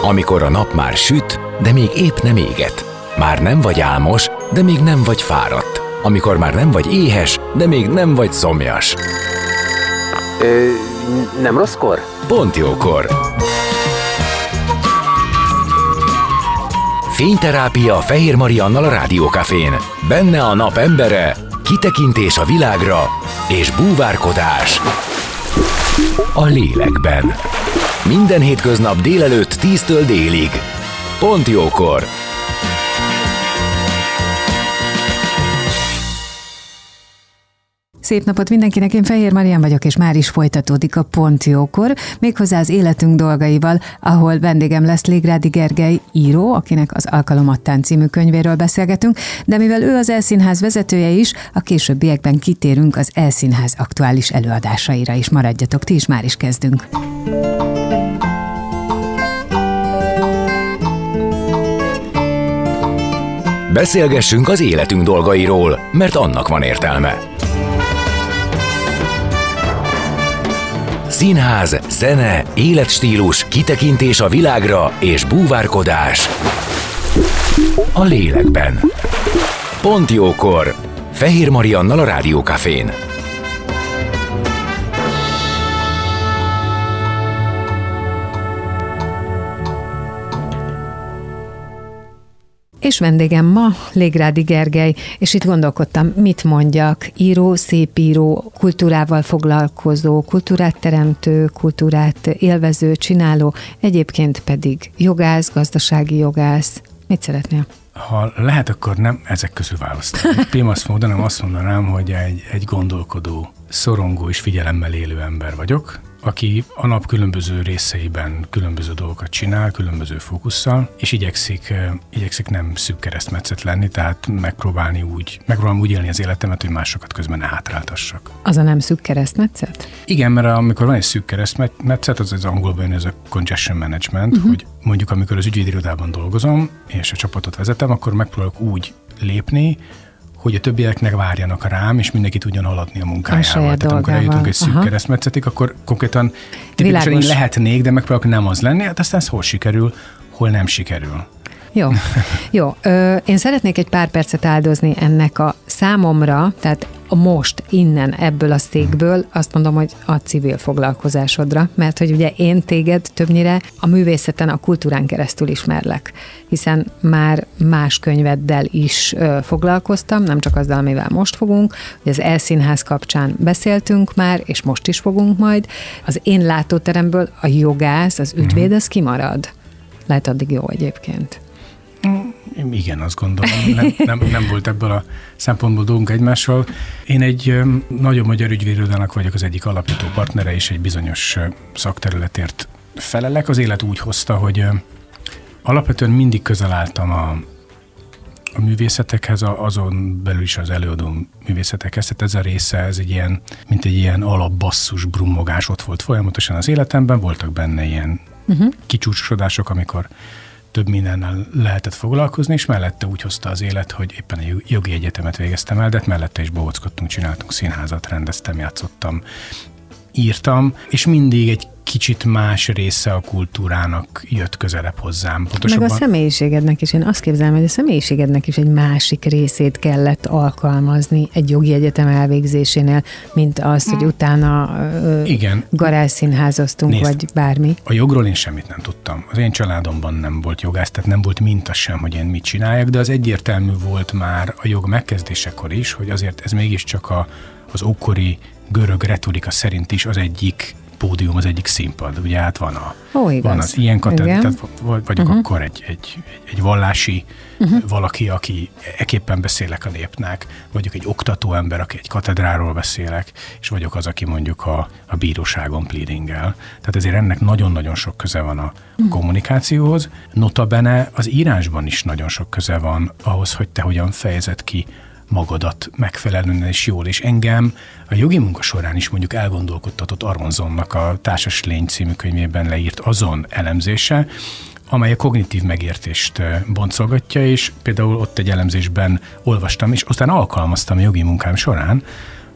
amikor a nap már süt, de még épp nem éget. Már nem vagy álmos, de még nem vagy fáradt. Amikor már nem vagy éhes, de még nem vagy szomjas. Nem rosszkor? Pont jókor. Fényterápia Fehér Mariannal a Rádiókafén. Benne a nap embere, kitekintés a világra és búvárkodás a lélekben. Minden hétköznap délelőtt 10-től délig. Pont jókor. Szép napot mindenkinek, én Fehér Marian vagyok, és már is folytatódik a Pont jókor, méghozzá az életünk dolgaival, ahol vendégem lesz Légrádi Gergely író, akinek az Alkalomattán című könyvéről beszélgetünk, de mivel ő az Elszínház vezetője is, a későbbiekben kitérünk az Elszínház aktuális előadásaira is. Maradjatok, ti is, már is kezdünk. Beszélgessünk az életünk dolgairól, mert annak van értelme. Színház, zene, életstílus, kitekintés a világra és búvárkodás a lélekben. Pont jókor. Fehér Mariannal a Rádiókafén. És vendégem ma Légrádi Gergely, és itt gondolkodtam, mit mondjak, író, szépíró, kultúrával foglalkozó, kultúrát teremtő, kultúrát élvező, csináló, egyébként pedig jogász, gazdasági jogász. Mit szeretnél? Ha lehet, akkor nem ezek közül választani. Pimasz módon nem azt mondanám, hogy egy gondolkodó, szorongó és figyelemmel élő ember vagyok, aki a nap különböző részeiben különböző dolgokat csinál, különböző fókusszal, és igyekszik nem szűk keresztmetszet lenni, tehát megpróbálom úgy élni az életemet, hogy másokat közben ne hátráltassak. Az a nem szűk keresztmetszet? Igen, mert amikor van egy szűk keresztmetszet, az angolban jön ez a congestion management, hogy mondjuk amikor az ügyvédirodában dolgozom, és a csapatot vezetem, akkor megpróbálok úgy lépni, hogy a többieknek várjanak rám, és mindenki tudjon haladni a munkájával. Tehát amikor eljutunk egy szűk keresztmetszetig, akkor konkrétan tipikusan én lehetnék, de megpróbálok nem az lenni, hát aztán ez hol sikerül, hol nem sikerül. Jó. Én szeretnék egy pár percet áldozni ennek a számomra, tehát most innen ebből a székből azt mondom, hogy a civil foglalkozásodra, mert hogy ugye én téged többnyire a művészeten, a kultúrán keresztül ismerlek, hiszen már más könyveddel is foglalkoztam, nem csak azzal, amivel most fogunk, hogy az Elszínház kapcsán beszéltünk már, és most is fogunk majd. Az én látóteremből a jogász, az ügyvéd, az kimarad. Lehet addig jó egyébként. Igen, azt gondolom. Nem volt ebből a szempontból dolgunk egymással. Én egy nagyon magyar ügyvédirodának vagyok az egyik alapító partnere, és egy bizonyos szakterületért felelek. Az élet úgy hozta, hogy alapvetően mindig közel álltam a művészetekhez, azon belül is az előadó művészetekhez. Tehát ez a része, ez mint egy ilyen alapbasszus brummogás ott volt folyamatosan az életemben. Voltak benne ilyen kicsúcsosodások, amikor több mindennel lehetett foglalkozni, és mellette úgy hozta az élet, hogy éppen a jogi egyetemet végeztem el, de mellette is bohóckodtunk, csináltunk színházat, rendeztem, játszottam, írtam, és mindig egy kicsit más része a kultúrának jött közelebb hozzám. Pontosabban... Meg a személyiségednek is, én azt képzelem, hogy a személyiségednek is egy másik részét kellett alkalmazni egy jogi egyetem elvégzésénél, mint az, hogy utána garázszínházoztunk, vagy bármi. A jogról én semmit nem tudtam. Az én családomban nem volt jogász, tehát nem volt minta sem, hogy én mit csináljak, de az egyértelmű volt már a jog megkezdésekor is, hogy azért ez mégiscsak az ókori görög retorika szerint is az egyik pódium, az egyik színpad. Ugye hát van az ilyen tehát vagyok akkor egy vallási valaki, aki ekképpen beszélek a népnek, vagyok egy oktató ember, aki egy katedráról beszélek, és vagyok az, aki mondjuk a bíróságon pleadingel. Tehát ezért ennek nagyon-nagyon sok köze van a kommunikációhoz. Notabene az írásban is nagyon sok köze van ahhoz, hogy te hogyan fejezed ki magadat megfelelően és jól, és engem a jogi munka során is mondjuk elgondolkodtatott Aronzonnak a Társas lény című könyvében leírt azon elemzése, amely a kognitív megértést boncolgatja, és például ott egy elemzésben olvastam, és aztán alkalmaztam a jogi munkám során,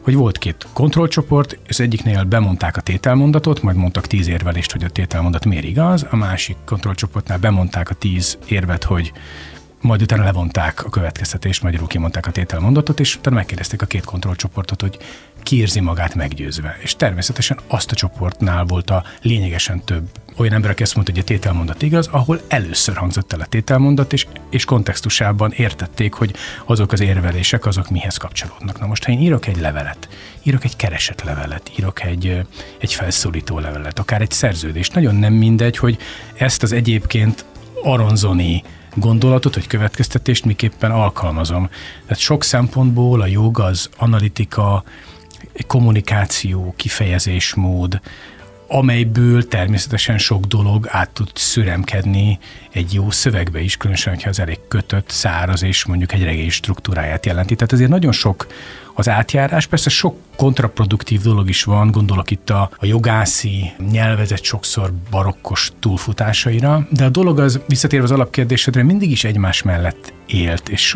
hogy volt 2 kontrollcsoport, az egyiknél bemondták a tételmondatot, majd mondtak 10 érvelést, hogy a tételmondat miért igaz, a másik kontrollcsoportnál bemondták a 10 érvet, hogy majd utána levonták a következtetést, magyarul kimondták a tételmondatot, és utána megkérdezték a 2 kontrollcsoportot, hogy ki érzi magát meggyőzve. És természetesen azt a csoportnál volt a lényegesen több olyan ember, aki azt mondta, hogy a tételmondat igaz, ahol először hangzott el a tételmondat, és kontextusában értették, hogy azok az érvelések, azok mihez kapcsolódnak. Na most, ha én írok egy levelet, írok egy keresetlevelet, írok egy felszólító levelet, akár egy szerződést, nagyon nem mindegy, hogy ezt az egyébként aronzoni gondolatot, vagy következtetést miképpen alkalmazom. Tehát sok szempontból a jog az analitika, kommunikáció, kifejezésmód, amelyből természetesen sok dolog át tud szüremkedni egy jó szövegbe is, különösen, hogyha az elég kötött, száraz és mondjuk egy regény struktúráját jelenti. Tehát azért nagyon sok az átjárás, persze sok kontraproduktív dolog is van, gondolok itt a jogászi nyelvezet sokszor barokkos túlfutásaira, de a dolog az, visszatérve az alapkérdésedre, mindig is egymás mellett élt, és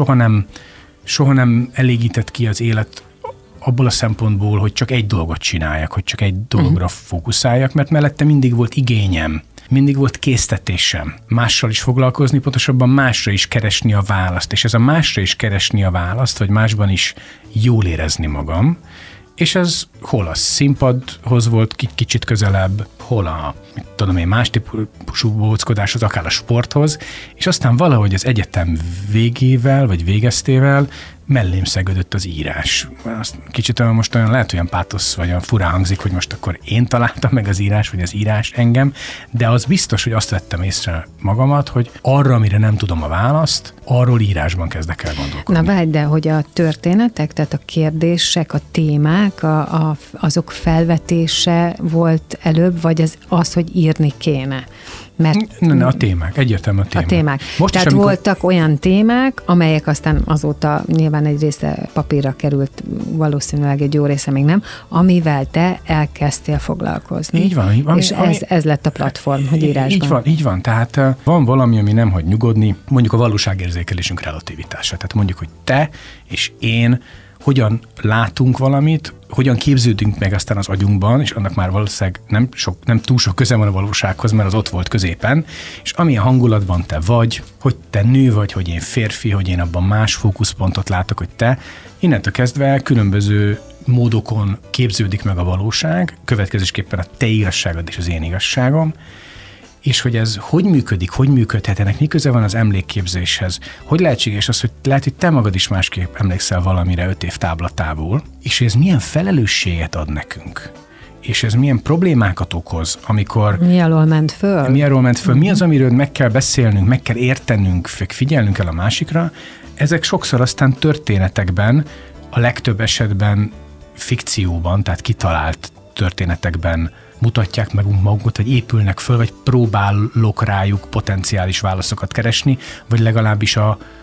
soha nem elégített ki az élet abból a szempontból, hogy csak egy dolgot csináljak, hogy csak egy dologra fókuszáljak, mert mellette mindig volt igényem, mindig volt késztetésem mással is foglalkozni, pontosabban másra is keresni a választ, és ez a másra is keresni a választ, vagy másban is jól érezni magam, és ez hol a színpadhoz volt kicsit közelebb, hol a, más típusú bóckodáshoz, akár a sporthoz, és aztán valahogy az egyetem végével, vagy végeztével mellém szegődött az írás. Azt kicsit most olyan lehet olyan pátosz, vagy olyan furán hangzik, hogy most akkor én találtam meg az írás, vagy az írás engem, de az biztos, hogy azt vettem észre magamat, hogy arra, amire nem tudom a választ, arról írásban kezdek el gondolkodni. Na várj, de hogy a történetek, tehát a kérdések, a témák, azok felvetése volt előbb, vagy az, hogy írni kéne? Mert a témák, egyértelműen a témák. Most tehát voltak olyan témák, amelyek aztán azóta nyilván egy része papírra került, valószínűleg egy jó része még nem, amivel te elkezdtél foglalkozni. Így van. És ez lett a platform, hogy írásban. Így van. Tehát van valami, ami nem hagy nyugodni, mondjuk a valóságérzékelésünk relativitása. Tehát mondjuk, hogy te és én hogyan látunk valamit, hogyan képződünk meg aztán az agyunkban, és annak már valószínűleg nem túl sok köze van a valósághoz, mert az ott volt középen, és amilyen hangulatban te vagy, hogy te nő vagy, hogy én férfi, hogy én abban más fókuszpontot látok, hogy te, innentől kezdve különböző módokon képződik meg a valóság, következésképpen a te igazságod és az én igazságom, és hogy ez hogy működik, hogy működhet, ennek mi köze van az emlékképzéshez, hogy lehetséges az, hogy lehet, hogy te magad is másképp emlékszel valamire 5 év táblatából, és ez milyen felelősséget ad nekünk, és ez milyen problémákat okoz, amikor... Mi alól ment föl? Mi az, amiről meg kell beszélnünk, meg kell értenünk, figyelnünk kell a másikra, ezek sokszor aztán történetekben, a legtöbb esetben fikcióban, tehát kitalált történetekben mutatják meg magukat, vagy épülnek föl, vagy próbálok rájuk potenciális válaszokat keresni, vagy legalábbis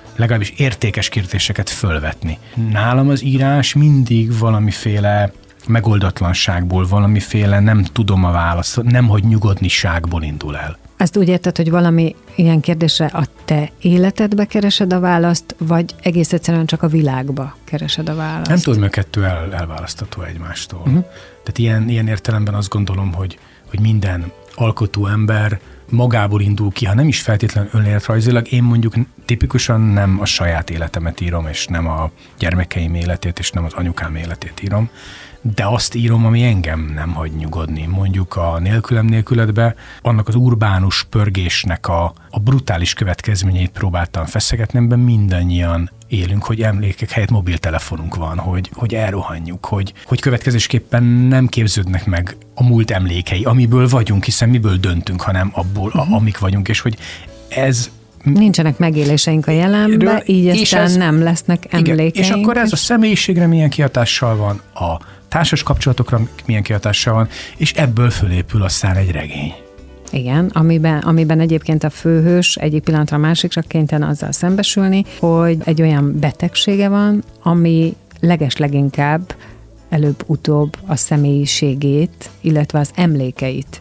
értékes kérdéseket fölvetni. Nálam az írás mindig valamiféle megoldatlanságból, valamiféle nem tudom a választ, nem hogy nyugodniságból indul el. Ezt úgy érted, hogy valami ilyen kérdésre a te életedbe keresed a választ, vagy egész egyszerűen csak a világba keresed a választ? Nem tudom, mert kettő elválasztható egymástól. Tehát ilyen értelemben azt gondolom, hogy minden alkotó ember magából indul ki, ha nem is feltétlenül önéletrajzilag, én mondjuk tipikusan nem a saját életemet írom, és nem a gyermekeim életét, és nem az anyukám életét írom, de azt írom, ami engem nem hagy nyugodni. Mondjuk a Nélkülem nélküledbe annak az urbánus pörgésnek a brutális következményeit próbáltam feszegetni, amiben mindannyian élünk, hogy emlékek helyett mobiltelefonunk van, hogy elrohanjuk, hogy következésképpen nem képződnek meg a múlt emlékei, amiből vagyunk, hiszen miből döntünk, hanem abból, amik vagyunk, és hogy ez... Nincsenek megéléseink a jelenben, így aztán nem lesznek emlékeink. Igen, és akkor ez a személyiségre milyen kihatással van, a társas kapcsolatokra milyen kihatással van, és ebből fölépül aztán egy regény. Igen, amiben egyébként a főhős egyik pillanatra a másikra kénytelen azzal szembesülni, hogy egy olyan betegsége van, ami leginkább előbb-utóbb a személyiségét, illetve az emlékeit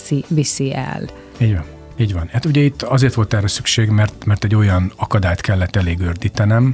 viszi el. Így van. Hát ugye itt azért volt erre szükség, mert egy olyan akadályt kellett elégördítenem,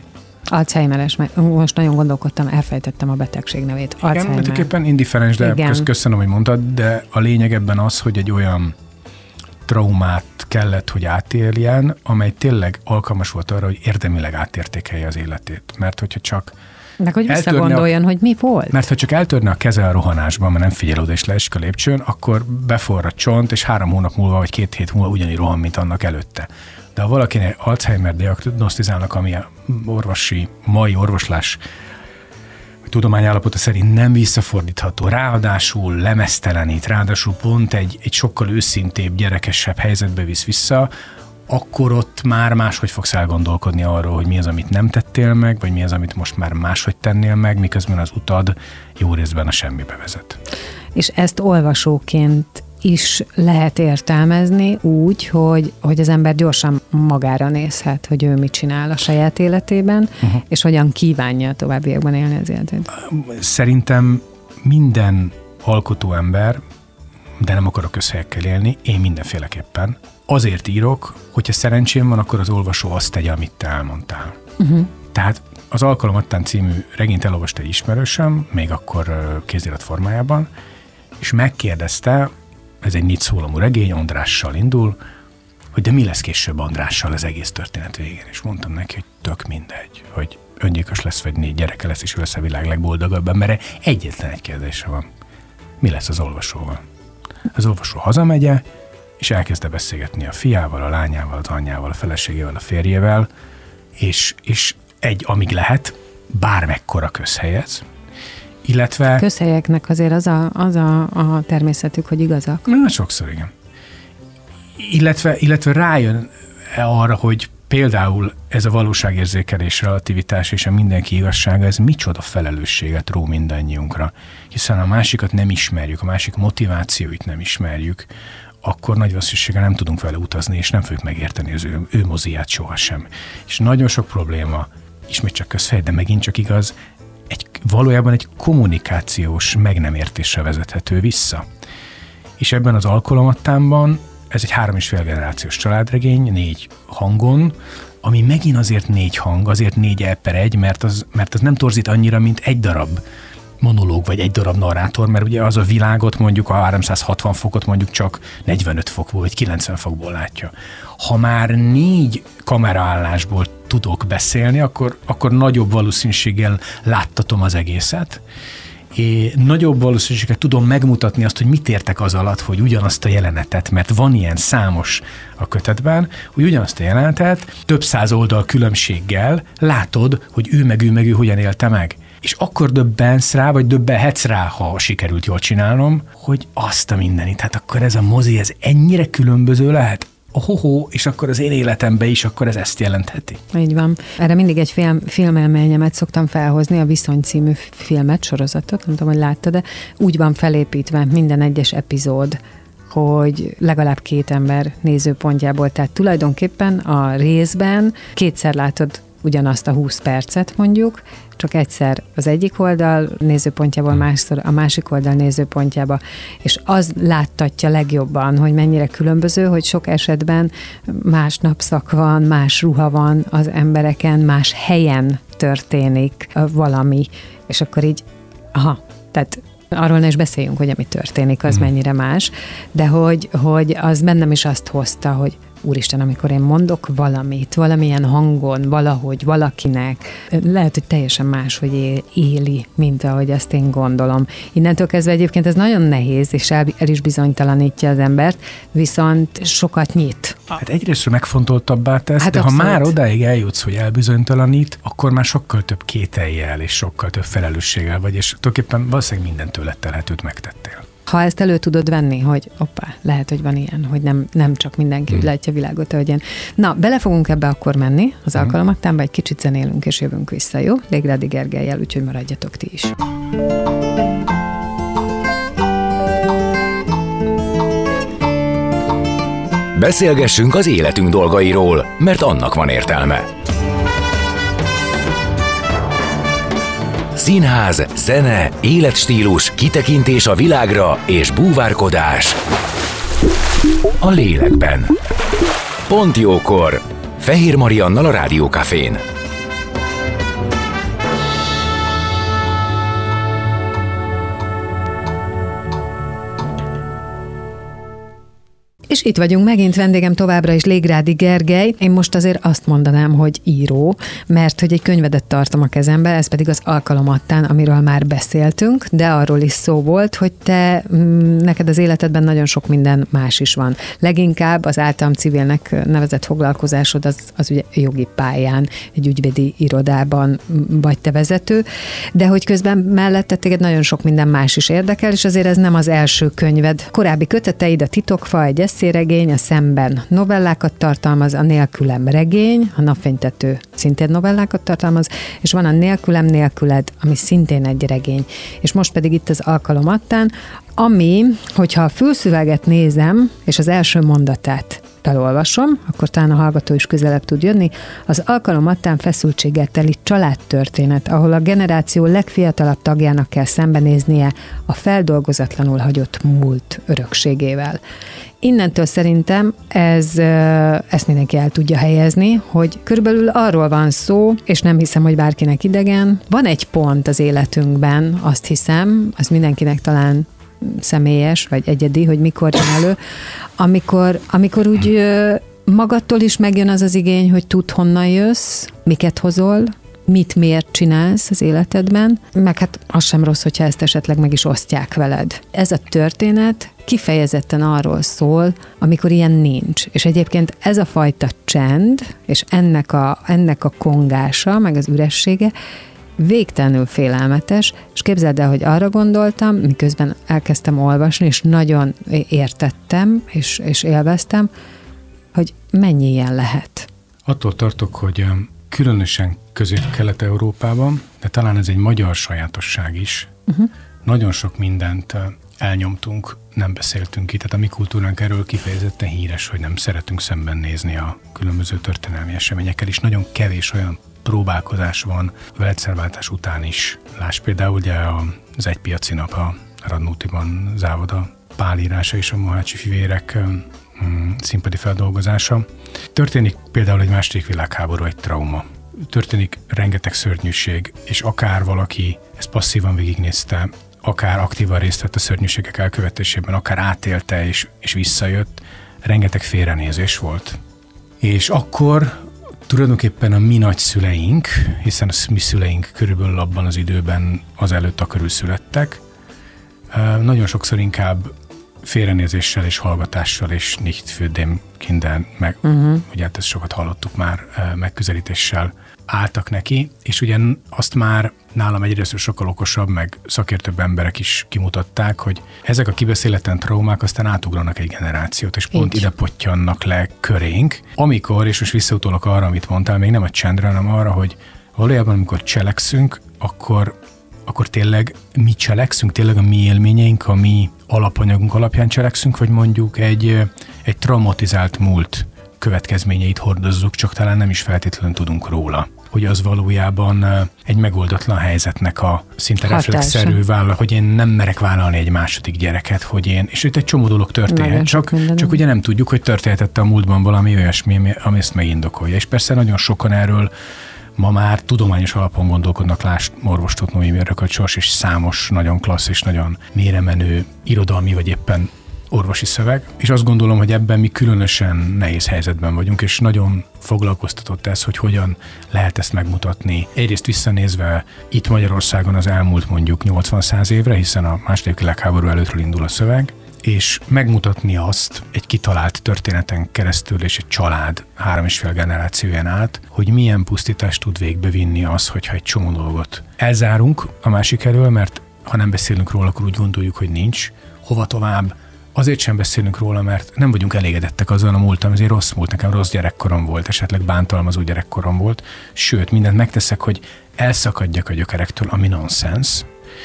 Alzheimeres, most nagyon gondolkodtam, elfejtettem a betegség nevét. Igen, tulajdonképpen indiferens, de köszönöm, hogy mondtad, de a lényeg ebben az, hogy egy olyan traumát kellett, hogy átéljen, amely tényleg alkalmas volt arra, hogy érdemileg átértékelje az életét. Mert hogyha csak de hogy visszagondoljon, hogy mi volt? Mert ha csak eltörne a keze a rohanásban, mert nem figyel oda és leesik a lépcsőn, akkor beforrad csont, és 3 hónap múlva vagy 2 hét múlva ugyanígy rohan, mint annak előtte. De ha valakinek Alzheimer diagnosztizálnak, ami a mai orvoslás tudományállapota szerint nem visszafordítható, ráadásul lemeztelenít, ráadásul pont egy sokkal őszintébb, gyerekesebb helyzetbe visz vissza, akkor ott már máshogy fogsz elgondolkodni arról, hogy mi az, amit nem tettél meg, vagy mi az, amit most már máshogy tennél meg, miközben az utad jó részben a semmibe vezet. És ezt olvasóként is lehet értelmezni úgy, hogy az ember gyorsan magára nézhet, hogy ő mit csinál a saját életében, és hogyan kívánja a továbbiakban élni az életét. Szerintem minden alkotó ember, de nem akarok közhelyekkel élni, én mindenféleképpen. Azért írok, hogyha szerencsém van, akkor az olvasó azt tegye, amit te elmondtál. Tehát az Alkalomattán című regényt elolvasta egy ismerősöm, még akkor kézirat formájában, és megkérdezte, ez egy 4 szólamú regény, Andrással indul, hogy de mi lesz később Andrással az egész történet végén. És mondtam neki, hogy tök mindegy, hogy öngyilkos lesz, vagy 4 gyereke lesz, és ő lesz a világ legboldogabb embere. Egyetlen egy kérdése van. Mi lesz az olvasóval? Az olvasó hazamegye, és elkezdte beszélgetni a fiával, a lányával, az anyjával, a feleségével, a férjével, és amíg lehet, bármekkora közhelyez, illetve... Közhelyeknek azért az a természetük, hogy igazak. Na, sokszor igen. Illetve rájön arra, hogy például ez a valóságérzékelés, relativitás és a mindenki igazsága, ez micsoda felelősséget ró mindannyiunkra. Hiszen a másikat nem ismerjük, a másik motivációit nem ismerjük, akkor nagy valószínűséggel nem tudunk vele utazni, és nem fogjuk megérteni az ő moziát sohasem. És nagyon sok probléma, ismét csak közfej, de megint csak igaz, valójában egy kommunikációs meg nem értésre vezethető vissza. És ebben az Alkalomattánban ez egy 3,5 generációs családregény, 4 hangon, ami megint azért 4 hang, azért 4/1, mert az nem torzít annyira, mint egy darab monológ, vagy egy darab narrátor, mert ugye az a világot mondjuk a 360 fokot mondjuk csak 45 fokból, vagy 90 fokból látja. Ha már 4 kameraállásból tudok beszélni, akkor nagyobb valószínűséggel láttatom az egészet, és nagyobb valószínűséggel tudom megmutatni azt, hogy mit értek az alatt, hogy ugyanazt a jelenetet, mert van ilyen számos a kötetben, hogy ugyanazt a jelenetet több 100 oldal különbséggel látod, hogy ő meg ő hogyan élte meg. És akkor döbbensz rá, vagy döbbenhetsz rá, ha sikerült jól csinálnom, hogy azt a mindenit, hát akkor ez a mozi, ez ennyire különböző lehet? És akkor az én életemben is, akkor ez ezt jelentheti. Így van. Erre mindig egy filmelményemet szoktam felhozni, a Viszony című filmet, sorozatot, nem tudom, hogy láttad, de úgy van felépítve minden egyes epizód, hogy legalább 2 ember nézőpontjából, tehát tulajdonképpen a részben 2-szer látod ugyanazt a 20 percet mondjuk, csak egyszer az egyik oldal nézőpontjából, másszor a másik oldal nézőpontjába, és az láttatja legjobban, hogy mennyire különböző, hogy sok esetben más napszak van, más ruha van az embereken, más helyen történik valami, és akkor így, tehát arról ne is beszéljünk, hogy ami történik, az mennyire más, de hogy az bennem is azt hozta, hogy úristen, amikor én mondok valamit, valamilyen hangon, valahogy, valakinek, lehet, hogy teljesen más, hogy éli, mint ahogy azt én gondolom. Innentől kezdve egyébként ez nagyon nehéz, és el is bizonytalanítja az embert, viszont sokat nyit. Hát egyrészt megfontoltabbá tesz, hát de abszolút. Ha már odáig eljutsz, hogy elbizonytalanít, akkor már sokkal több kétellyel és sokkal több felelősséggel vagy, és tulajdonképpen valószínűleg minden tőled telhetőt megtettél. Ha ezt elő tudod venni, hogy lehet, hogy van ilyen, hogy nem csak mindenki úgy látja a világot, ahogy én. Na, bele fogunk ebbe akkor menni az Alkalomattánba, egy kicsit zenélünk és jövünk vissza, jó? Légrádi Gergellyel, úgyhogy maradjatok ti is. Beszélgessünk az életünk dolgairól, mert annak van értelme. Színház, zene, életstílus, kitekintés a világra és búvárkodás a lélekben. Pont jókor! Fehér Mariannal a Rádió Cafén. És itt vagyunk megint, vendégem továbbra is Légrádi Gergely. Én most azért azt mondanám, hogy író, mert hogy egy könyvedet tartom a kezembe, ez pedig az Alkalomattán, amiről már beszéltünk, de arról is szó volt, hogy neked az életedben nagyon sok minden más is van. Leginkább az általam civilnek nevezett foglalkozásod az ugye jogi pályán, egy ügyvédi irodában vagy te vezető, de hogy közben mellette téged nagyon sok minden más is érdekel, és azért ez nem az első könyved. Korábbi köteteid, a Titokfa, egy esszéregény, a Szemben novellákat tartalmaz, a Nélkülem regény, a Napfénytető szintén novellákat tartalmaz, és van a Nélkülem nélküled, ami szintén egy regény. És most pedig itt az Alkalomattán, ami, hogyha a fülszöveget nézem, és az első mondatát felolvasom, akkor talán a hallgató is közelebb tud jönni, az Alkalomattán feszültséggel teli családtörténet, ahol a generáció legfiatalabb tagjának kell szembenéznie a feldolgozatlanul hagyott múlt örökségével. Innentől szerintem ezt mindenki el tudja helyezni, hogy körülbelül arról van szó, és nem hiszem, hogy bárkinek idegen. Van egy pont az életünkben, azt hiszem, az mindenkinek talán személyes, vagy egyedi, hogy mikor jön elő, amikor úgy magadtól is megjön az igény, hogy tudd, honnan jössz, miket hozol, miért csinálsz az életedben, meg hát az sem rossz, hogyha ezt esetleg meg is osztják veled. Ez a történet kifejezetten arról szól, amikor ilyen nincs. És egyébként ez a fajta csend, és ennek a kongása, meg az üressége végtelenül félelmetes, és képzeld el, hogy arra gondoltam, miközben elkezdtem olvasni, és nagyon értettem, és élveztem, hogy mennyi ilyen lehet. Attól tartok, hogy különösen Közép-Kelet-Európában, de talán ez egy magyar sajátosság is, nagyon sok mindent elnyomtunk, nem beszéltünk ki, tehát a mi kultúránk erről kifejezetten híres, hogy nem szeretünk szemben nézni a különböző történelmi eseményekkel, és nagyon kevés olyan próbálkozás van a rendszerváltás után is. Láss például ugye az Egy piaci nap, a Radnótiban Závoda pálírása és a Mohácsi fivérek színpadi feldolgozása. Történik például egy második világháború, egy trauma. Történik rengeteg szörnyűség, és akár valaki ezt passzívan végignézte, akár aktívan részt vett a szörnyűségek elkövetésében, akár átélte és visszajött, rengeteg félrenézés volt. És akkor tulajdonképpen a mi nagyszüleink, hiszen a mi szüleink körülbelül abban az időben azelőtt a körül születtek, nagyon sokszor inkább félrenézéssel és hallgatással és nicht für den Kindern, ugye hát ezt sokat hallottuk már, megközelítéssel álltak neki, és ugye azt már nálam egyrészt sokkal okosabb, meg szakértőbb emberek is kimutatták, hogy ezek a kibeszéletlen traumák aztán átugranak egy generációt, és pont ide pottyannak le körénk, amikor, és most visszautolok arra, amit mondtál, még nem a csendre, hanem arra, hogy valójában amikor cselekszünk, akkor tényleg mi cselekszünk, tényleg a mi élményeink, a mi alapanyagunk alapján cselekszünk, vagy mondjuk egy traumatizált múlt következményeit hordozzuk, csak talán nem is feltétlenül tudunk róla. Hogy az valójában egy megoldatlan helyzetnek a szinte reflexzerű hogy én nem merek vállalni egy második gyereket, és itt egy csomó dolog történhet, csak ugye nem tudjuk, hogy történhetett a múltban valami olyasmi, ami ezt megindokolja. És persze nagyon sokan erről ma már tudományos alapon gondolkodnak, lásd Morvos Tóth Noémi, Örökölt Sors, és számos nagyon klassz és nagyon mélyremenő irodalmi vagy éppen orvosi szöveg, és azt gondolom, hogy ebben mi különösen nehéz helyzetben vagyunk, és nagyon foglalkoztatott ez, hogy hogyan lehet ezt megmutatni. Egyrészt visszanézve itt Magyarországon az elmúlt mondjuk 80-100 évre, hiszen a második világháború előttről indul a szöveg, és megmutatni azt egy kitalált történeten keresztül, és egy család 3,5 generációján át, hogy milyen pusztítást tud végbevinni az, hogyha egy csomó dolgot elzárunk a másik elől, mert ha nem beszélünk róla, akkor úgy gondoljuk, hogy nincs. Hova tovább? Azért sem beszélünk róla, mert nem vagyunk elégedettek azzal a múltam, ezért rossz múlt, nekem rossz gyerekkorom volt, esetleg bántalmazó gyerekkorom volt, sőt, mindent megteszek, hogy elszakadjak a gyökerektől, ami nonsens,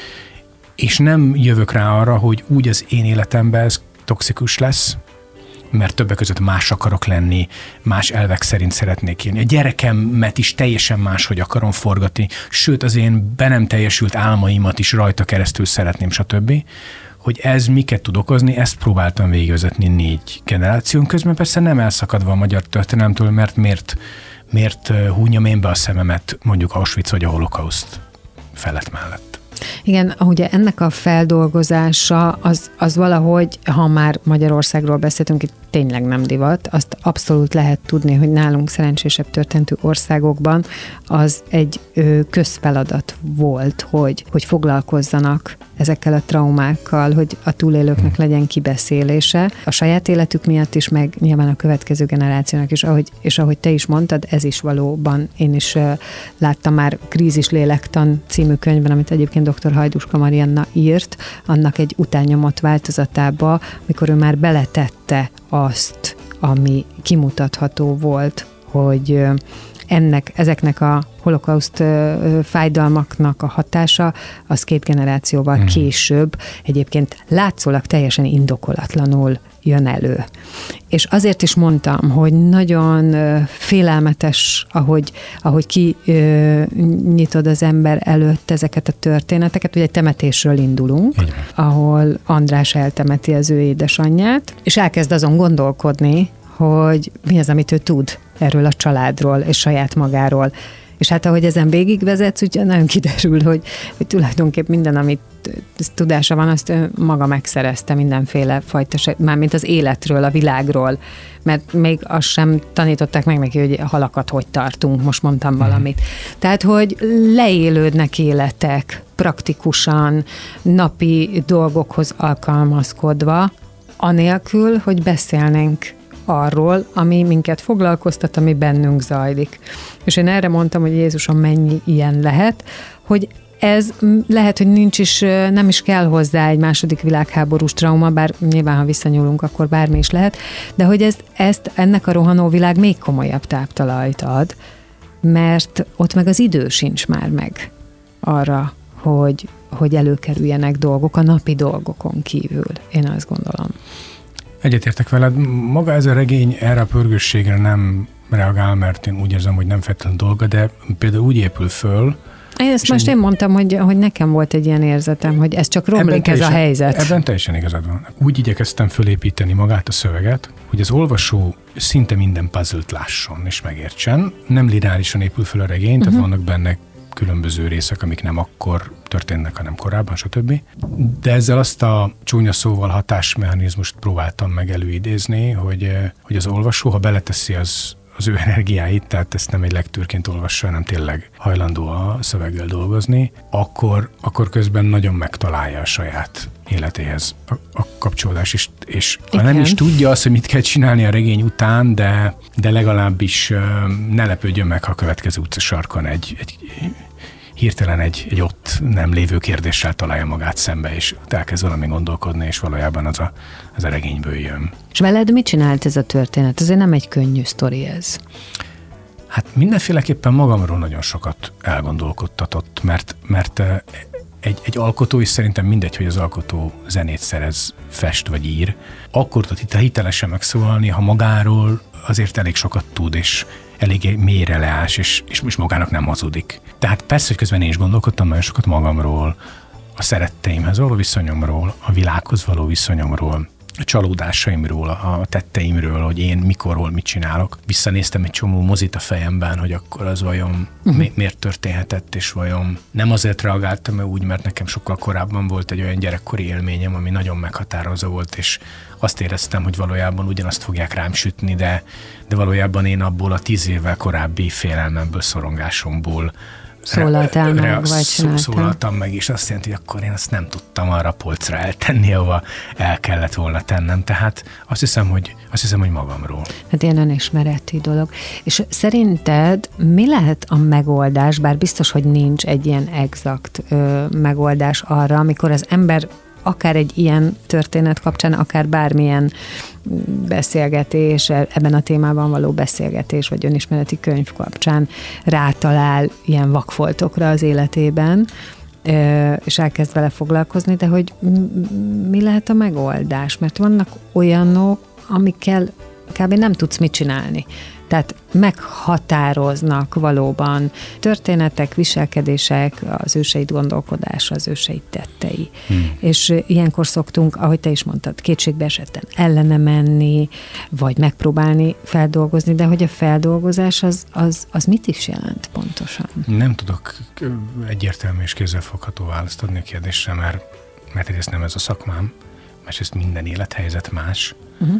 és nem jövök rá arra, hogy úgy az én életemben ez toxikus lesz, mert többek között más akarok lenni, más elvek szerint szeretnék élni. A gyerekemet is teljesen máshogy akarom forgatni, sőt az én be nem teljesült álmaimat is rajta keresztül szeretném, stb. Hogy ez miket tud okozni, ezt próbáltam végigvezetni 4 generáción közben, persze nem elszakadva a magyar történelemtől, mert miért húnyjam én be a szememet mondjuk Auschwitz vagy a holokauszt felett mellett. Igen, ugye ennek a feldolgozása az valahogy, ha már Magyarországról beszéltünk, itt tényleg nem divat. Azt abszolút lehet tudni, hogy nálunk szerencsésebb történetű országokban az egy közfeladat volt, hogy foglalkozzanak ezekkel a traumákkal, hogy a túlélőknek legyen kibeszélése. A saját életük miatt is, meg nyilván a következő generációnak is, ahogy te is mondtad, ez is valóban, én is láttam már Krízis lélektan című könyvben, amit egyébként dr. Hajduska Marianna írt, annak egy utánnyomott változatába, mikor ő már beletette azt, ami kimutatható volt, hogy ezeknek a holokauszt fájdalmaknak a hatása, az 2 generációval később egyébként látszólag teljesen indokolatlanul jön elő. És azért is mondtam, hogy nagyon félelmetes, ahogy kinyitod az ember előtt ezeket a történeteket. Ugye egy temetésről indulunk, ahol András eltemeti az ő édesanyját, és elkezd azon gondolkodni, hogy mi az, amit ő tud erről a családról és saját magáról. És hát ahogy ezen végigvezetsz, ugye nagyon kiderül, hogy tulajdonképp minden, amit tudása van, azt ő maga megszerezte mindenféle fajta, mármint az életről, a világról, mert még azt sem tanították meg neki, hogy a halakat hogy tartunk, most mondtam valamit. Tehát, hogy leélődnek életek praktikusan, napi dolgokhoz alkalmazkodva, anélkül, hogy beszélnénk arról, ami minket foglalkoztat, ami bennünk zajlik. És én erre mondtam, hogy Jézusom, mennyi ilyen lehet, hogy ez lehet, hogy nincs is, nem is kell hozzá egy második világháborús trauma, bár nyilván, ha visszanyúlunk, akkor bármi is lehet, de hogy ennek a rohanó világ még komolyabb táptalajt ad, mert ott meg az idő sincs már meg arra, hogy előkerüljenek dolgok a napi dolgokon kívül. Én azt gondolom. Egyetértek veled, maga ez a regény erre a pörgősségre nem reagál, mert én úgy érzem, hogy nem feltétlenül dolga, de például úgy épül föl. Én mondtam, hogy nekem volt egy ilyen érzetem, hogy ez csak romlik ez a helyzet. Ebben teljesen igazad van. Úgy igyekeztem fölépíteni magát a szöveget, hogy az olvasó szinte minden puzzle-t lásson és megértsen. Nem lineárisan épül föl a regény, tehát vannak benne különböző részek, amik nem akkor történnek, hanem korábban, stb. De ezzel azt a csúnya szóval hatásmechanizmust próbáltam meg előidézni, hogy az olvasó, ha beleteszi az ő energiáit, tehát ezt nem egy lektűrként olvassa, hanem tényleg hajlandó a szöveggel dolgozni, akkor közben nagyon megtalálja a saját életéhez a kapcsolódás, és ha nem is tudja azt, hogy mit kell csinálni a regény után, de legalábbis ne lepődjön meg, ha a következő utcasarkon hirtelen egy ott nem lévő kérdéssel találja magát szembe, és elkezd valami gondolkodni, és valójában az a regényből jön. És veled mit csinált ez a történet? Azért nem egy könnyű sztori ez. Hát mindenféleképpen magamról nagyon sokat elgondolkodtatott, mert egy alkotó is szerintem mindegy, hogy az alkotó zenét szerez, fest vagy ír, akkor tud hitelesen megszólalni, ha magáról azért elég sokat tud, és elég mélyre leás, és magának nem hazudik. Tehát persze, hogy közben én is gondolkodtam nagyon sokat magamról, a szeretteimhez való viszonyomról, a világhoz való viszonyomról, a csalódásaimról, a tetteimről, hogy én mikorról mit csinálok. Visszanéztem egy csomó mozit a fejemben, hogy akkor az vajon miért történhetett, és vajon nem azért reagáltam úgy, mert nekem sokkal korábban volt egy olyan gyerekkori élményem, ami nagyon meghatározó volt, és azt éreztem, hogy valójában ugyanazt fogják rám sütni, de valójában én abból a 10 évvel korábbi félelmemből, szorongásomból szólaltál meg, vagy csináltam. Szólaltam meg, és azt jelenti, hogy akkor én azt nem tudtam arra a polcra eltenni, ahova el kellett volna tennem. Tehát azt hiszem, hogy magamról. Hát ilyen önismereti dolog. És szerinted mi lehet a megoldás, bár biztos, hogy nincs egy ilyen exakt megoldás arra, amikor az ember akár egy ilyen történet kapcsán, akár bármilyen beszélgetés, ebben a témában való beszélgetés, vagy önismereti könyv kapcsán rátalál ilyen vakfoltokra az életében, és elkezd vele foglalkozni, de hogy mi lehet a megoldás? Mert vannak olyanok, amikkel kb. Nem tudsz mit csinálni. Tehát meghatároznak valóban történetek, viselkedések, az őseid gondolkodása, az őseid tettei. És ilyenkor szoktunk, ahogy te is mondtad, kétségbe esetten ellene menni, vagy megpróbálni feldolgozni, de hogy a feldolgozás az mit is jelent pontosan? Nem tudok egyértelmű és kézzelfogható választ adni a kérdésre, mert egyrészt nem ez a szakmám, másrészt minden élethelyzet más.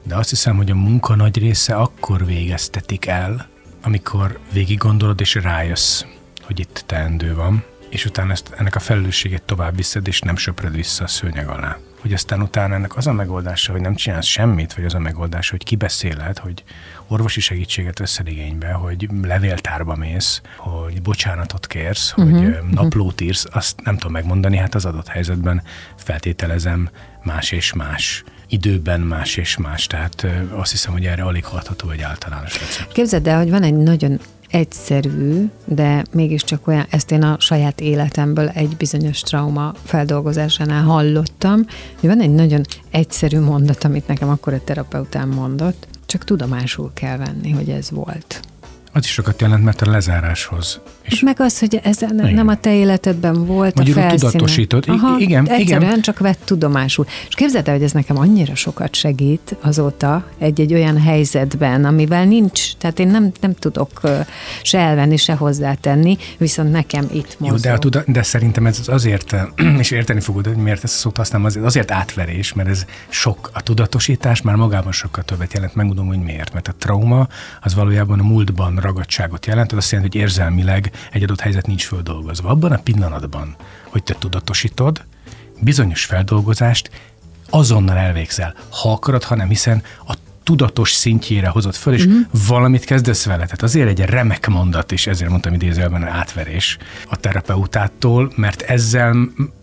de azt hiszem, hogy a munka nagy része akkor végeztetik el, amikor végig gondolod és rájössz, hogy itt teendő van, és utána ennek a felelősséget tovább viszed, és nem söpröd vissza a szőnyeg alá. Hogy aztán utána ennek az a megoldása, hogy nem csinálsz semmit, vagy az a megoldása, hogy kibeszéled, hogy orvosi segítséget veszel igénybe, hogy levéltárba mész, hogy bocsánatot kérsz, hogy naplót írsz, azt nem tudom megmondani, hát az adott helyzetben feltételezem más és más időben más és más, tehát azt hiszem, hogy erre alig hatható egy általános recept. Képzeld el, hogy van egy nagyon egyszerű, de mégiscsak olyan, ezt én a saját életemből egy bizonyos trauma feldolgozásánál hallottam, hogy van egy nagyon egyszerű mondat, amit nekem akkor a terapeutám mondott, csak tudomásul kell venni, hogy ez volt. Az is sokat jelent, mert a lezáráshoz. És meg az, hogy ez nem a te életedben volt, magyarul a felszínen. Tudatosított. Igen. Egyszerűen csak vett tudomásul. És képzeld el, hogy ez nekem annyira sokat segít azóta egy olyan helyzetben, amivel nincs, tehát én nem tudok se elvenni, se hozzátenni, viszont nekem itt mozog. Jó, de szerintem ez azért, és érteni fogod, hogy miért ezt a szót használom, azért átverés, mert ez sok, a tudatosítás már magában sokkal többet jelent, megmondom, hogy miért. Mert a trauma az valójában a múltban ragadtságot jelent, az azt jelenti, hogy érzelmileg egy adott helyzet nincs földolgozva. Abban a pillanatban, hogy te tudatosítod, bizonyos feldolgozást azonnal elvégzel, ha akarod, ha nem, hiszen a tudatos szintjére hozod föl, és valamit kezdesz vele. Tehát azért egy remek mondat, és ezért mondtam idézőjelben átverés a terapeutától, mert ezzel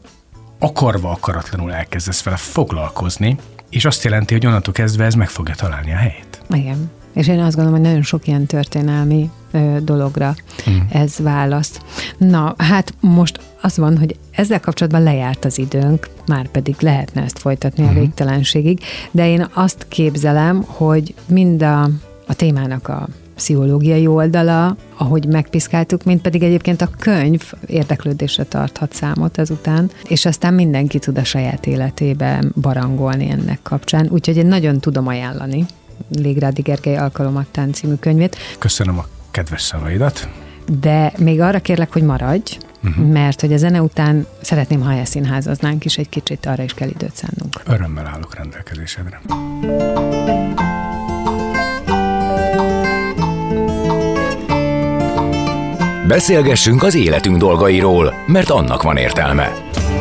akarva akaratlanul elkezdesz vele foglalkozni, és azt jelenti, hogy onnantól kezdve ez meg fogja találni a helyét. Igen. És én azt gondolom, hogy nagyon sok ilyen történelmi dologra ez válasz. Na, hát most az van, hogy ezzel kapcsolatban lejárt az időnk, már pedig lehetne ezt folytatni a végtelenségig, de én azt képzelem, hogy mind a témának a pszichológiai oldala, ahogy megpiszkáltuk, mint pedig egyébként a könyv érdeklődésre tarthat számot ezután, és aztán mindenki tud a saját életében barangolni ennek kapcsán. Úgyhogy én nagyon tudom ajánlani Légrádi Gergely Alkalomattán című könyvét. Köszönöm a kedves szavaidat. De még arra kérlek, hogy maradj, mert hogy a zene után szeretném, ha elszínházaznánk is egy kicsit, arra is kell időt szánnunk. Örömmel állok rendelkezésedre. Beszélgessünk az életünk dolgairól, mert annak van értelme.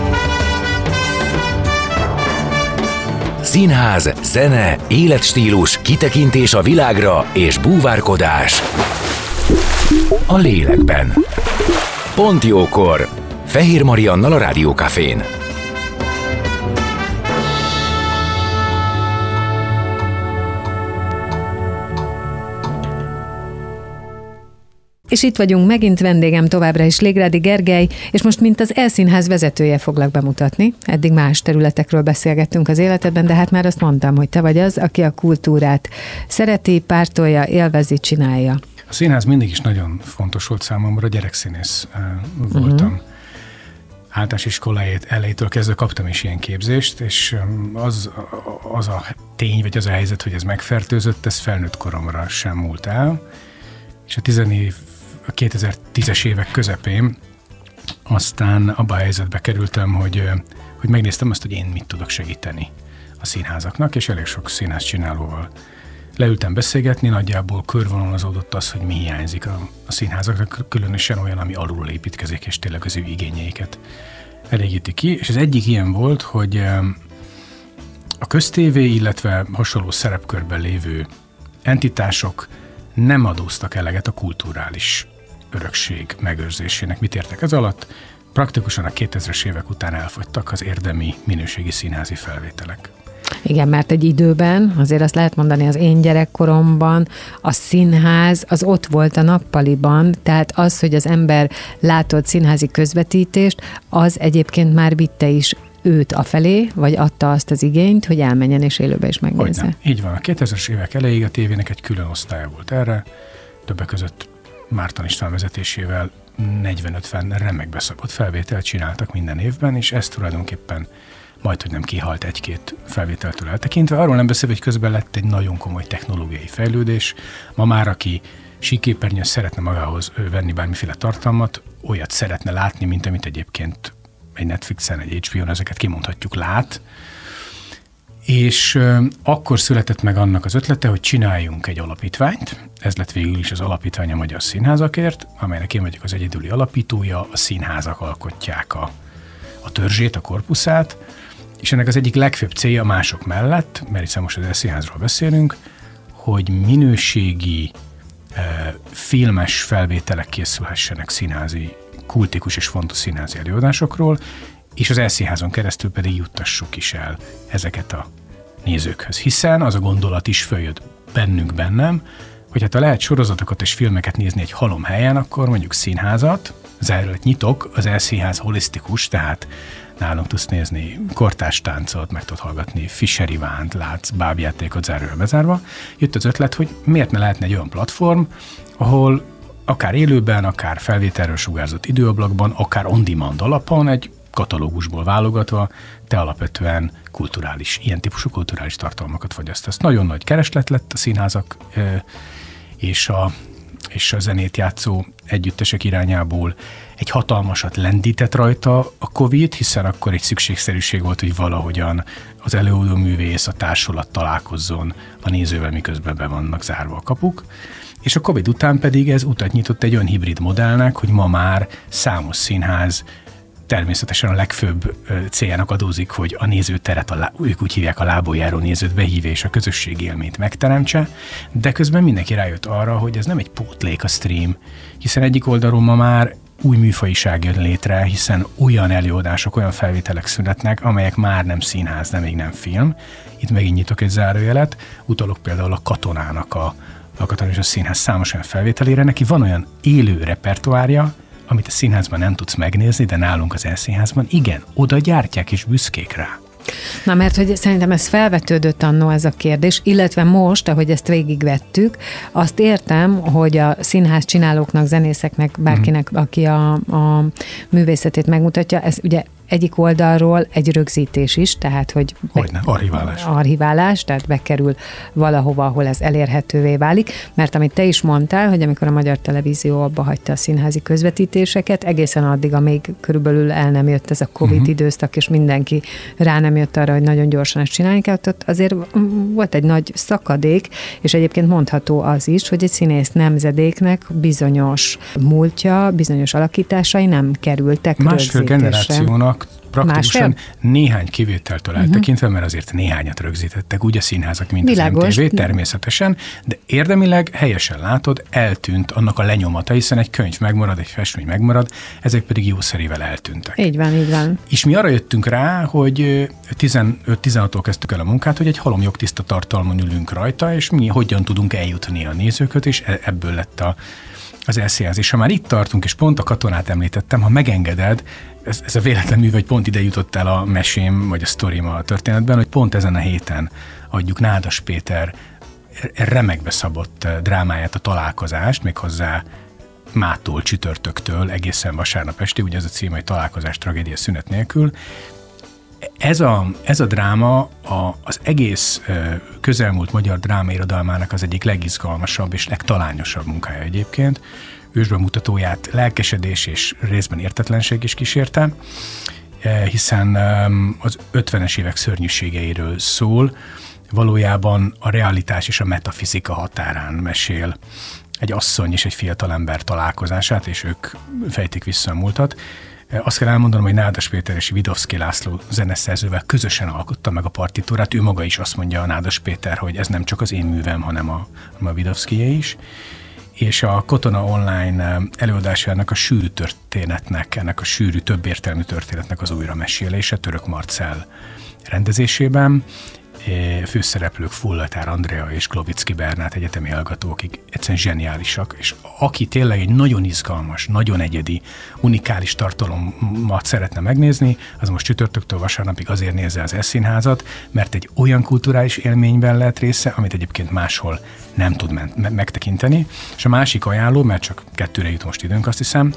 Színház, zene, életstílus, kitekintés a világra és búvárkodás a lélekben. Pont jókor! Fehér Mariannal a Rádió Cafén. És itt vagyunk megint, vendégem továbbra is Légrádi Gergely, és most mint az Elszínház vezetője foglak bemutatni. Eddig más területekről beszélgettünk az életedben, de hát már azt mondtam, hogy te vagy az, aki a kultúrát szereti, pártolja, élvezi, csinálja. A színház mindig is nagyon fontos volt számomra, gyerekszínész voltam. Általános iskoláját elejétől kezdve kaptam is ilyen képzést, és az a tény, vagy az a helyzet, hogy ez megfertőzött, ez felnőtt koromra sem múlt el. És a 2010-es évek közepén aztán abba a helyzetbe kerültem, hogy megnéztem azt, hogy én mit tudok segíteni a színházaknak, és elég sok színház csinálóval leültem beszélgetni, nagyjából körvonalazódott az, hogy mi hiányzik a színházaknak, különösen olyan, ami alul építkezik, és tényleg az ő igényeiket elégíti ki. És az egyik ilyen volt, hogy a köztévé, illetve hasonló szerepkörben lévő entitások nem adóztak eleget a kulturális örökség megőrzésének. Mit értek ez alatt? Praktikusan a 2000-es évek után elfogytak az érdemi minőségi színházi felvételek. Igen, mert egy időben, azért azt lehet mondani, az én gyerekkoromban a színház az ott volt a nappaliban, tehát az, hogy az ember látott színházi közvetítést, az egyébként már vitte is őt afelé, vagy adta azt az igényt, hogy elmenjen és élőbe is megnézze. Hogyne. Így van. A 2000-es évek elejéig a tévének egy külön osztálya volt erre, többek között Márton István vezetésével 40-50 remekbe szabott felvételt csináltak minden évben, és ez tulajdonképpen majdhogy nem kihalt egy-két felvételtől eltekintve. Arról nem beszélve, hogy közben lett egy nagyon komoly technológiai fejlődés. Ma már, aki síkképernyőn szeretne magához venni bármiféle tartalmat, olyat szeretne látni, mint amit egyébként egy Netflixen, egy HBO-n, ezeket kimondhatjuk, lát. És akkor született meg annak az ötlete, hogy csináljunk egy alapítványt. Ez lett végül is az alapítvány a Magyar Színházakért, amelynek én vagyok az egyedüli alapítója, a színházak alkotják a törzsét, a korpuszát, és ennek az egyik legfőbb célja mások mellett, mert hiszen most az Eszínházról beszélünk, hogy minőségi filmes felvételek készülhessenek színházi, kultikus és fontos színházi előadásokról, és az Eszínházon keresztül pedig juttassuk is el ezeket a nézőkhöz. Hiszen az a gondolat is följött bennem, hogy hát ha lehet sorozatokat és filmeket nézni egy halom helyen, akkor mondjuk színházat, zárójelet nyitok, az Eszínház holisztikus, tehát nálunk tudsz nézni kortárs táncot, meg tudod hallgatni Fischer Ivánt, látsz bábjátékot zárójel bezárva. Jött az ötlet, hogy miért ne lehetne egy olyan platform, ahol akár élőben, akár felvételről sugárzott időablakban, akár on-demand alapon egy katalógusból válogatva te alapvetően ilyen típusú kulturális tartalmakat fogyasztasz. Nagyon nagy kereslet lett a színházak és a zenét játszó együttesek irányából. Egy hatalmasat lendített rajta a Covid, hiszen akkor egy szükségszerűség volt, hogy valahogyan az előadó művész, a társulat találkozzon a nézővel, miközben be vannak zárva a kapuk. És a Covid után pedig ez utat nyitott egy olyan hibrid modellnek, hogy ma már számos színház természetesen a legfőbb céljának adózik, hogy a nézőteret, ők úgy hívják, a lából járó nézőt behívja és a közösségi élményt megteremtse, de közben mindenki rájött arra, hogy ez nem egy pótlék a stream, hiszen egyik oldalról ma már új műfajiság jön létre, hiszen olyan előadások, olyan felvételek születnek, amelyek már nem színház, de még nem film. Itt megint nyitok egy zárójelet, utalok például a Katonának a Katonai Színház számos olyan felvételére, neki van olyan élő repertoárja, amit a színházban nem tudsz megnézni, de nálunk az Eszínházban igen, oda gyártják és büszkék rá. Na, mert hogy szerintem ez felvetődött annó ez a kérdés, illetve most, ahogy ezt végigvettük, azt értem, hogy a színház csinálóknak, zenészeknek, bárkinek, aki a művészetét megmutatja, ez ugye egyik oldalról egy rögzítés is, tehát hogy archiválás, tehát bekerül valahova, ahol ez elérhetővé válik, mert amit te is mondtál, hogy amikor a Magyar Televízió abba hagyta a színházi közvetítéseket, egészen addig, amíg körülbelül el nem jött ez a Covid időszak, és mindenki rá nem jött arra, hogy nagyon gyorsan ezt csinálni kell, ott azért volt egy nagy szakadék, és egyébként mondható az is, hogy egy színész nemzedéknek bizonyos múltja, bizonyos alakításai nem kerültek másfél rögzítésre. Generációnak praktikusan néhány kivételtől eltekintve, mert azért néhányat rögzítettek, úgy a színházak, mint világos. Az MTV, természetesen, de érdemileg helyesen látod, eltűnt annak a lenyomata, hiszen egy könyv megmarad, egy festmény megmarad, ezek pedig jószerével eltűntek. Így van, így van. És mi arra jöttünk rá, hogy 15-16-tól kezdtük el a munkát, hogy egy halom jogtiszta tartalmon ülünk rajta, és mi hogyan tudunk eljutni a nézőköt, és ebből lett az Eszínház. És ha már itt tartunk, és pont a Katonát említettem, ha megengeded, ez a véletlen mű, hogy pont ide jutott el a mesém, vagy a sztorim a történetben, hogy pont ezen a héten adjuk Nádas Péter remekbe szabott drámáját, a Találkozást, méghozzá mától, csütörtöktől egészen vasárnap estig, ugye ez a cím, hogy Találkozás, tragédia szünet nélkül. Ez a dráma az egész közelmúlt magyar drámairodalmának az egyik legizgalmasabb és legtalányosabb munkája egyébként. Ősbemutatóját lelkesedés és részben értetlenség is kísérte, hiszen az 50-es évek szörnyűségeiről szól, valójában a realitás és a metafizika határán mesél egy asszony és egy fiatalember találkozását, és ők fejtik vissza a múltat. Azt kell elmondanom, hogy Nádas Péter és Vidovszky László zeneszerzővel közösen alkotta meg a partitúrát. Ő maga is azt mondja, a Nádas Péter, hogy ez nem csak az én művem, hanem a Vidovszkyé is. És a Katona online előadásának a sűrű történetnek, ennek a sűrű, többértelmű történetnek az újramesélése Török Marcell rendezésében. Főszereplők Fullatár Andrea és Glovicki Bernát, egyetemi hallgatók, akik egyszerűen zseniálisak, és aki tényleg egy nagyon izgalmas, nagyon egyedi, unikális tartalomat szeretne megnézni, az most csütörtöktől vasárnapig azért nézze az Eszínházat, mert egy olyan kulturális élményben lehet része, amit egyébként máshol nem tud megtekinteni. És a másik ajánló, mert csak 2-re jut most időnk, azt hiszem,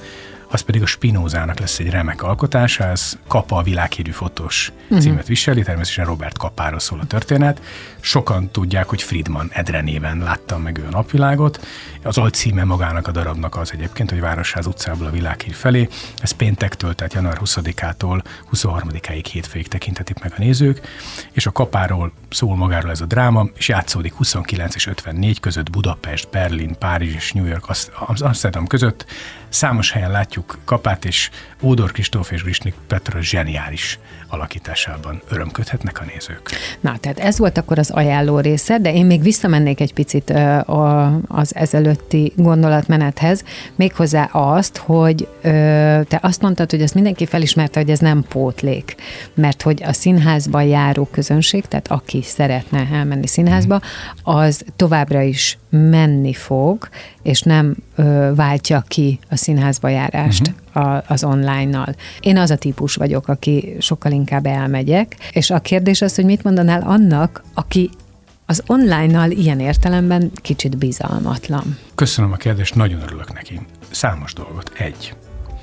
az pedig a Spinozának lesz egy remek alkotása, ez Kapa a világhírű fotós címet viseli, természetesen Robert Kapáról szól a történet. Sokan tudják, hogy Friedman Endre néven látta meg ő a napvilágot. Az alcíme magának a darabnak az egyébként, hogy Városház utcából a világhír felé. Ez péntektől, tehát január 20-ától 23-áig hétfőig tekinthetik meg a nézők, és a Kapáról szól magáról ez a dráma, és játszódik 29 és 54 között Budapest, Berlin, Párizs és New York, Amsterdam között. Számos helyen látjuk Kapát, és Ódor Kristóf és Grisnik Petra zseniális alakításában örömködhetnek a nézők. Na, tehát ez volt akkor az ajánló része, de én még visszamennék egy picit az ezelőtti gondolatmenethez, méghozzá azt, hogy te azt mondtad, hogy ezt mindenki felismerte, hogy ez nem pótlék, mert hogy a színházban járó közönség, tehát aki szeretne elmenni színházba, az továbbra is menni fog, és nem váltja ki a színházba járást az online-nal. Én az a típus vagyok, aki sokkal inkább elmegyek, és a kérdés az, hogy mit mondanál annak, aki az online-nal ilyen értelemben kicsit bizalmatlan. Köszönöm a kérdést, nagyon örülök neki. Számos dolgot. Egy.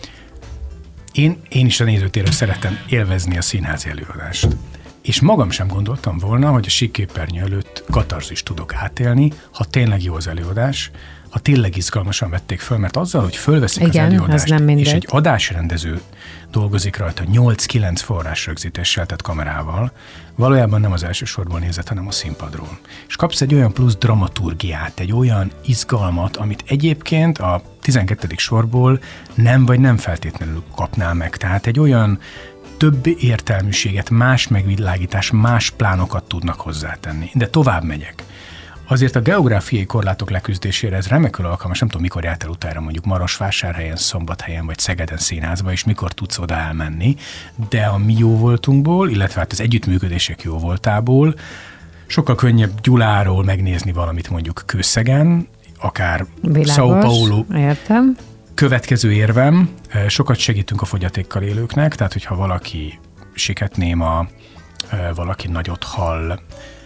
Én is a nézőtéről szeretem élvezni a színházi előadást. És magam sem gondoltam volna, hogy a síkképernyő előtt katarzist tudok átélni, ha tényleg jó az előadás, ha tényleg izgalmasan vették föl, mert azzal, hogy fölveszik az előadást, és egy adásrendező dolgozik rajta 8-9 forrásrögzítéssel, tehát kamerával, valójában nem az elsősorból nézett, hanem a színpadról. És kapsz egy olyan plusz dramaturgiát, egy olyan izgalmat, amit egyébként a 12. sorból nem feltétlenül kapnál meg. Tehát egy olyan több értelműséget, más megvilágítás, más plánokat tudnak hozzátenni. De tovább megyek. Azért a geográfiai korlátok leküzdésére ez remekül alkalmas, nem tudom, mikor járt el utána mondjuk Marosvásárhelyen, Szombathelyen vagy Szegeden színházba, és mikor tudsz oda elmenni, de a mi jó voltunkból, illetve hát az együttműködések jó voltából sokkal könnyebb Gyuláról megnézni valamit mondjuk Kőszegen, akár São Paulo. Értem. Következő érvem, sokat segítünk a fogyatékkal élőknek, tehát hogyha valaki siketnéma, valaki nagyot hall,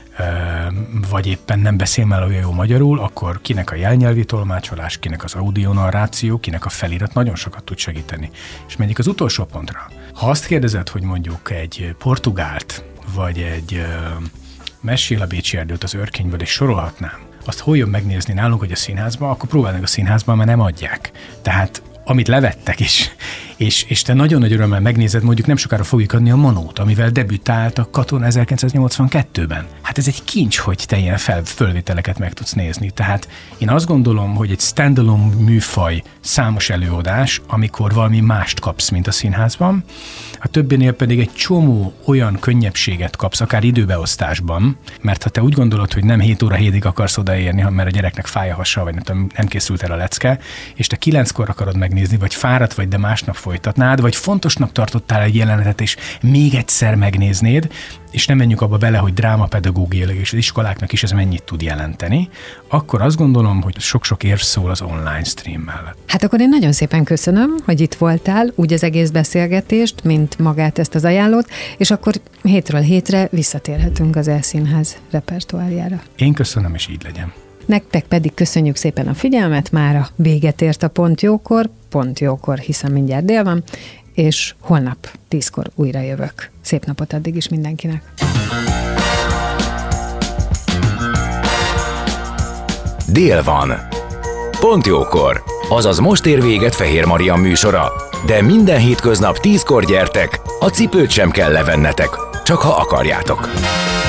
vagy éppen nem beszél már olyan jó magyarul, akkor kinek a jelnyelvi tolmácsolás, kinek az audionarráció, kinek a felirat nagyon sokat tud segíteni. És menjünk az utolsó pontra. Ha azt kérdezed, hogy mondjuk egy portugált, vagy egy Mesél a Bécsi erdőt az Örkényből, és sorolhatnám, azt hol jön megnézni nálunk, hogy a színházban, akkor próbáld meg a színházban, mert nem adják. Tehát amit levettek is, és te nagyon nagy örömmel megnézed, mondjuk nem sokára fogjuk adni a Manót, amivel debütált a Katona 1982-ben. Hát ez egy kincs, hogy te ilyen fölvételeket meg tudsz nézni. Tehát én azt gondolom, hogy egy standalone műfaj számos előadás, amikor valami mást kapsz, mint a színházban, a többinél pedig egy csomó olyan könnyebbséget kapsz, akár időbeosztásban, mert ha te úgy gondolod, hogy nem 7 óra 7-ig akarsz odaérni, mert a gyereknek fáj a hasa, vagy nem készült el a lecke, és te 9-kor akarod megnézni, vagy fáradt vagy, de másnap folytatnád, vagy fontosnak tartottál egy jelenetet, és még egyszer megnéznéd, és nem menjünk abba bele, hogy drámapedagógiailag és az iskoláknak is ez mennyit tud jelenteni, akkor azt gondolom, hogy sok-sok érv szól az online stream mellett. Hát akkor én nagyon szépen köszönöm, hogy itt voltál, úgy az egész beszélgetést, mint magát ezt az ajánlót, és akkor hétről hétre visszatérhetünk az E-színház repertoárjára. Én köszönöm, és így legyen. Nektek pedig köszönjük szépen a figyelmet, mára véget ért a Pont jókor, hiszen mindjárt dél van, és holnap 10-kor újra jövök. Szép napot addig is mindenkinek! Dél van. Pont jókor. Azaz most ér véget Fehér Marian műsora. De minden hétköznap 10-kor gyertek, a cipőt sem kell levennetek, csak ha akarjátok.